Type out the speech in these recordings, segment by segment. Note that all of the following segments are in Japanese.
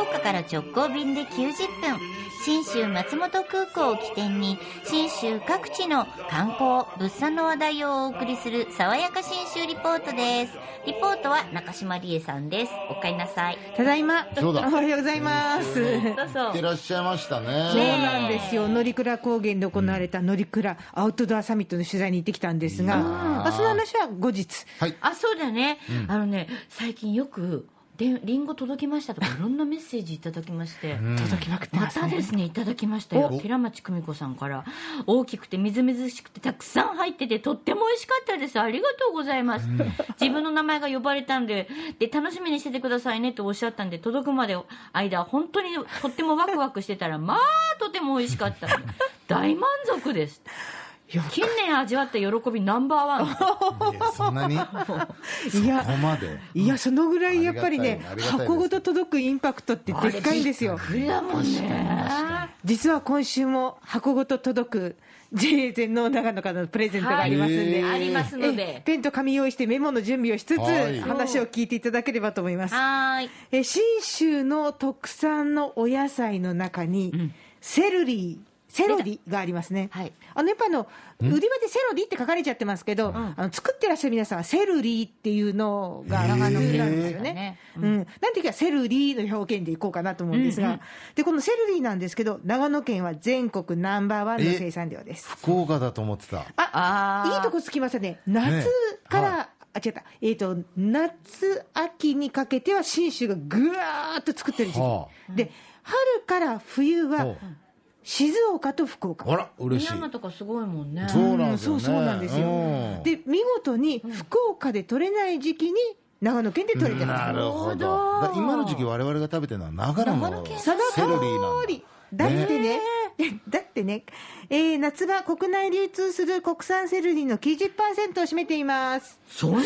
岡から直行便で90分、信州松本空港を起点に信州各地の観光物産の話題をお送りする爽やか信州リポートです。リポートは中島理恵さんです。おかえりなさい。 ただいま。 そうだ、 おはようございます。 行ってらっしゃいましたね。 そうなんですよ。乗鞍高原で行われた乗鞍アウトドアサミットの取材に行ってきたんですが、その話は後日。 はい。 そうだね、最近よくリンゴ届きましたとかいろんなメッセージいただきまして、 届きまくってますね。 またですね、いただきましたよ。平町久美子さんから、大きくてみずみずしくてたくさん入っててとっても美味しかったです、ありがとうございます、自分の名前が呼ばれたんで楽しみにしててくださいねとおっしゃったんで、届くまで間本当にとってもワクワクしてたらまあとても美味しかった大満足です。近年味わった喜びナンバーワン。 いや、そんなにそこまで。 いや、そのぐらいやっぱりね、箱ごと届くインパクトってでっかいんですよ。 だもんね。 実は今週も箱ごと届く JA 全農長野からのプレゼントがありますんで、 ありますので、 ペンと紙用意してメモの準備をしつつ話を聞いていただければと思います。信州の特産のお野菜の中に、セロリがありますね。やっぱ売り場でセロリって書かれちゃってますけど、作ってらっしゃる皆さんはセルリっていうのが長野県なんですよね。なんていうかセルリの表現でいこうかなと思うんですが、でこのセルリなんですけど、長野県は全国ナンバーワンの生産量です。 福岡だと思ってた。 いいとこつきましたね。夏から、違った。夏秋にかけては信州がぐわーっと作ってる時期。で、春から冬は静岡と福岡。 あら、嬉しい。 山とかすごいもんね。 そうなんですよね。 そうなんですよ。で、見事に福岡で取れない時期に長野県で取れてる。 なるほど。今の時期我々が食べてるのは長野のセロリなんだ。だってね、夏場国内流通する国産セロリの 90% を占めています。 そんな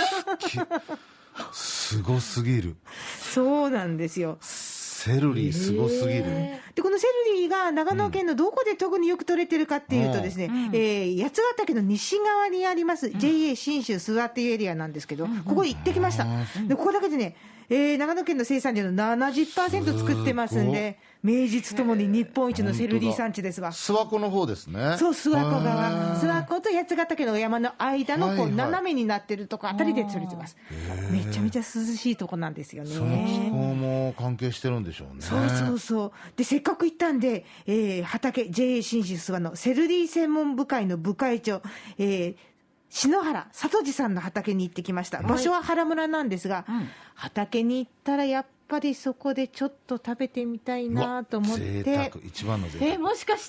すごすぎる。 そうなんですよ。 セロリすごすぎる。 でこのセロリが長野県のどこで特によく取れてるかっていうとですね、八ヶ岳の西側にあります JA 信州諏訪っていうエリアなんですけど、ここ行ってきました。でここだけでね、長野県の生産量の 70% 作ってますんで、名実ともに日本一のセロリ産地ですわ。 諏訪湖の方ですね。 そう、諏訪湖側、諏訪湖と八ヶ岳の山の間のこう斜めになってるとこあたりで取れてます。めちゃめちゃ涼しいとこなんですよね。 その気候も関係してるんでしょうね。 そうでせっかく行ったんで、畑 JA 信州諏訪のセロリ専門部会の部会長、篠原聡次さんの畑に行ってきました。場所は原村なんですが、畑に行ったらやっぱりそこでちょっと食べてみたいなと思って、 贅沢、一番の贅沢。 もしかして、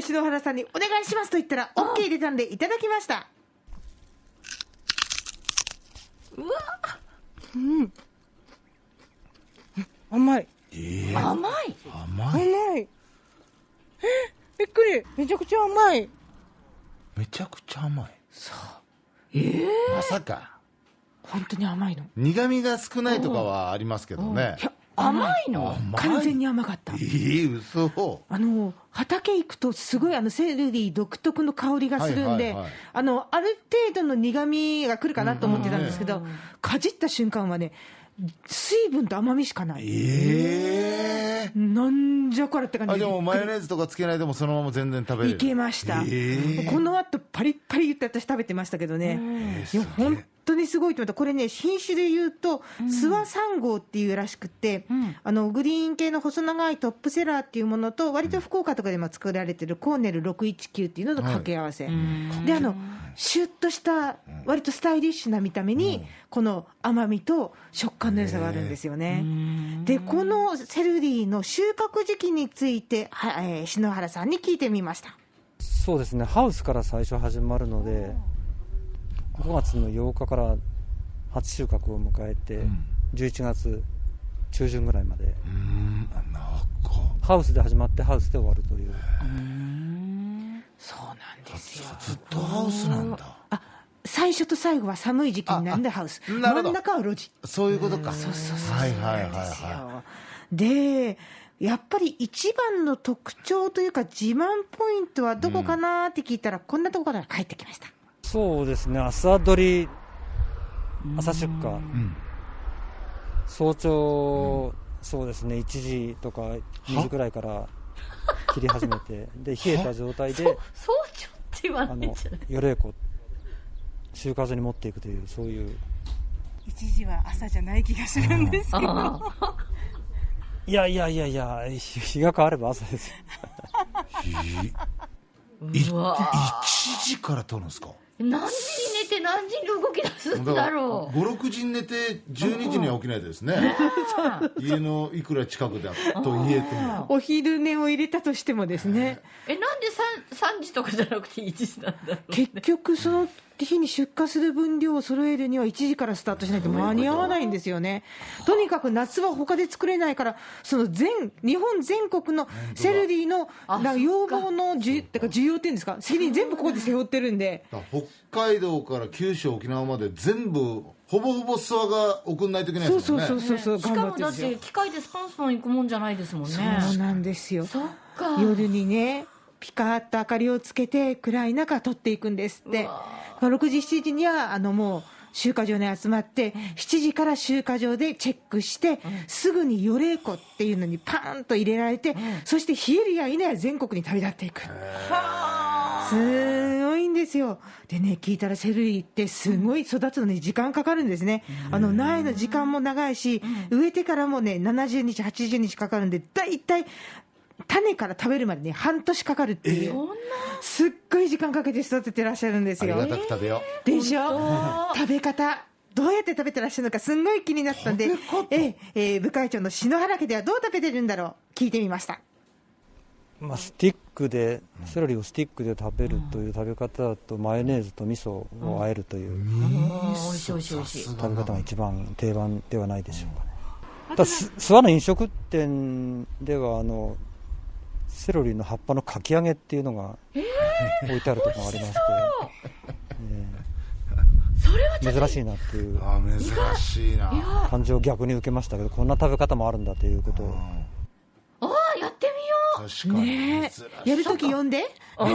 篠原さんにお願いしますと言ったら OK 出たんでいただきました。 うわ、 甘い。 甘い。 びっくり。めちゃくちゃ甘い。 めちゃくちゃ甘い。 そう。 まさか。 本当に甘いの。 苦味が少ないとかはありますけどね。 甘いの？ 完全に甘かった。 嘘。 畑行くとすごいセロリ独特の香りがするんで、ある程度の苦味が来るかなと思ってたんですけど、かじった瞬間はね、水分と甘みしかない。なんじゃこれって感じで。 でもマヨネーズとかつけないでもそのまま全然食べれる。 いけました。この後パリッパリ言って私食べてましたけどね。いや本当にすごいと思った。これね、品種で言うと諏訪3号っていうらしくて、グリーン系の細長いトップセラーっていうものと、割と福岡とかでも作られてるコーネル619っていうのと掛け合わせ、でシュッとした割とスタイリッシュな見た目にこの甘みと食感の良さがあるんですよね。でこのセロリの収穫時期について、篠原さんに聞いてみました。 そうですね、ハウスから最初始まるので5月の8日から初収穫を迎えて、11月中旬ぐらいまでハウスで始まってハウスで終わるという。 そうなんですよ。 ずっとハウスなんだ。 最初と最後は寒い時期になるんでハウス、真ん中は路地。 そういうことか。 そうはいでやっぱり一番の特徴というか自慢ポイントはどこかなって聞いたら、こんなところから帰ってきました。 そうですね、朝取り、朝出荷、早朝そうですね、1時とか2時ぐらいから切り始めて、で冷えた状態で早朝って言わないんじゃない？ 予冷庫集荷所に持っていくという、そういう。 1時は朝じゃない気がするんですけどいや日が変われば朝です 1時から取るんですか？ 何時に寝て何時に動き出すんだろう。 5、6時に寝て12時には起きないとですね家のいくら近くだと言えてもお昼寝を入れたとしてもですね、 なんで 3時とかじゃなくて1時なんだろう、ね、 結局その日に出荷する分量を揃えるには1時からスタートしないと間に合わないんですよね。とにかく夏は他で作れないから、その日本全国のセルリーの要望の需要っていうんですか、責任全部ここで背負ってるんで、 北海道から九州沖縄まで全部ほぼほぼ諏訪が送んないといけないですもんね。 そうしかもだって機械でスポンスポン行くもんじゃないですもんね。 そうなんですよ。 そっか。 夜にねピカーッと明かりをつけて暗い中撮っていくんですって。6時7時にはもう集荷場に集まって、7時から集荷場でチェックして、すぐに予冷庫っていうのにパーンと入れられて、そして冷えるや否や全国に旅立っていく。すごいんですよ。でね、聞いたらセルリーってすごい育つのに時間かかるんですね。苗の時間も長いし、植えてからもね70日80日かかるんで、だいたい種から食べるまでね半年かかるっていう、すっごい時間かけて育ててらっしゃるんですよ。 ありがたく食べようでしょ。食べ方どうやって食べてらっしゃるのかすんごい気になったんで、部会長の篠原家ではどう食べてるんだろう聞いてみました。 スティックでセロリをスティックで食べるという食べ方だと、マヨネーズと味噌を和えるという、 おいしいおいしいおいしい食べ方が一番定番ではないでしょうかね。ただ諏訪の飲食店ではセロリの葉っぱのかき揚げっていうのが置いてあるところがありまして、 それはちょっと珍しいなっていう珍しいな感じを逆に受けましたけど、こんな食べ方もあるんだということを。 やってみよう。 確かにね、 やるとき呼んで。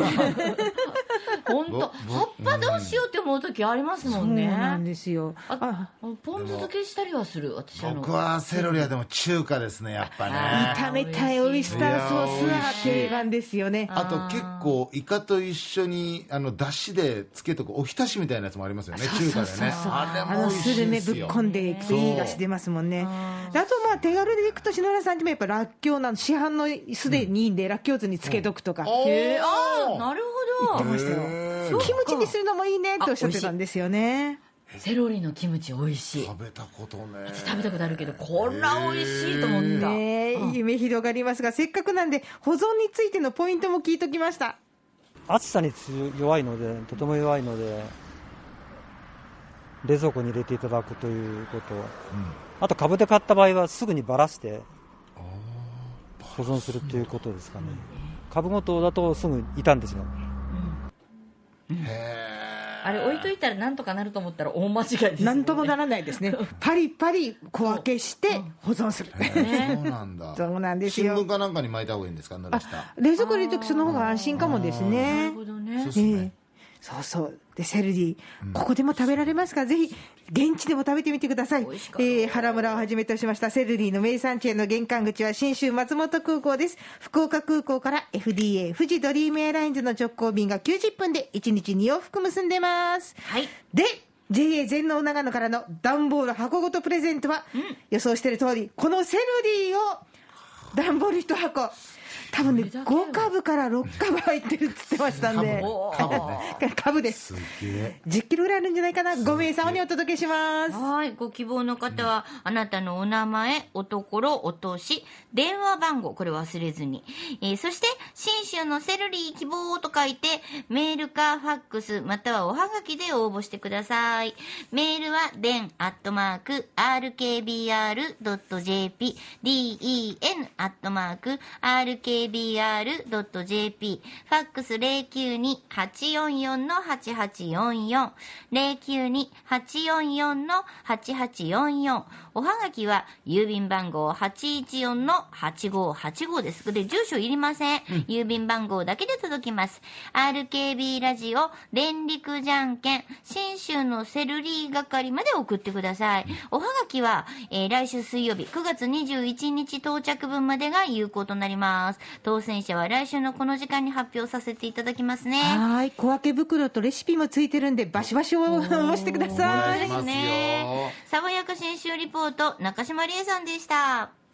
本当葉っぱどうしようって思うときありますもんね。 そうなんですよ。 ポン酢漬けしたりはする。 僕はセロリはでも中華ですね、やっぱね。 炒めたいオイスターソースは定番ですよね。 あと結構イカと一緒にだしでつけとくおひたしみたいなやつもありますよね、中華でね。 スルメぶっ込んでいくといい出汁出ますもんね。あと手軽でいくと篠原さんにもやっぱらっきょうなの市販のすでにいいんで、らっきょう酢につけとくとか。 なるほど。 言ってましたよ。キムチにするのもいいねっておっしゃってたんですよね。 セロリのキムチ美味しい。 食べたことね。 食べたことあるけど、こんな美味しいと思った。 夢広がりますが、せっかくなんで保存についてのポイントも聞いときました。 暑さに弱いので、とても弱いので、冷蔵庫に入れていただくということ、あと株で買った場合はすぐにばらして保存するということですかね。株ごとだとすぐ傷んでしまう。 あれ置いといたらなんとかなると思ったら大間違いですね。 なんともならないですね。パリパリ小分けして保存する。 そうなんだ。 そうなんですよ。 新聞かなんかに巻いた方がいいんですか、濡らした。 冷蔵庫入れるときその方が安心かもですね。 なるほどね。 そうですね。 そうそうでセルリー、ここでも食べられますから、ぜひ現地でも食べてみてください。原村をはじめとしましたセルリーの名産地への玄関口は信州松本空港です。福岡空港から FDA 富士ドリームエアラインズの直行便が90分で1日2往復結んでます。で JA 全農長野からの段ボール箱ごとプレゼントは、予想している通りこのセルリーを段ボール1箱多分ね5株から6株入ってるって言ってましたんで、株です。10キロぐらいあるんじゃないかな。5名様にお届けします。 はい、ご希望の方は、あなたのお名前、おところ、お年、電話番号、これ忘れずに、そして信州のセルリー希望と書いてメールかファックスまたはおはがきで応募してください。メールはden@rkbr.jp den@rkbr.jp rkbr.jp、 ファックス 092-844-8844、 092-844-8844、おはがきは郵便番号 814-8585 です。で、住所いりません。郵便番号だけで届きます。RKB ラジオ連陸じゃんけん信州のセルリー係まで送ってください。おはがきは、来週水曜日9月21日到着分までが有効となります。当選者は来週のこの時間に発表させていただきますね。 はい、小分け袋とレシピもついてるんでバシバシを押してください。 そうですね。爽やか信州リポート、中島理恵さんでした。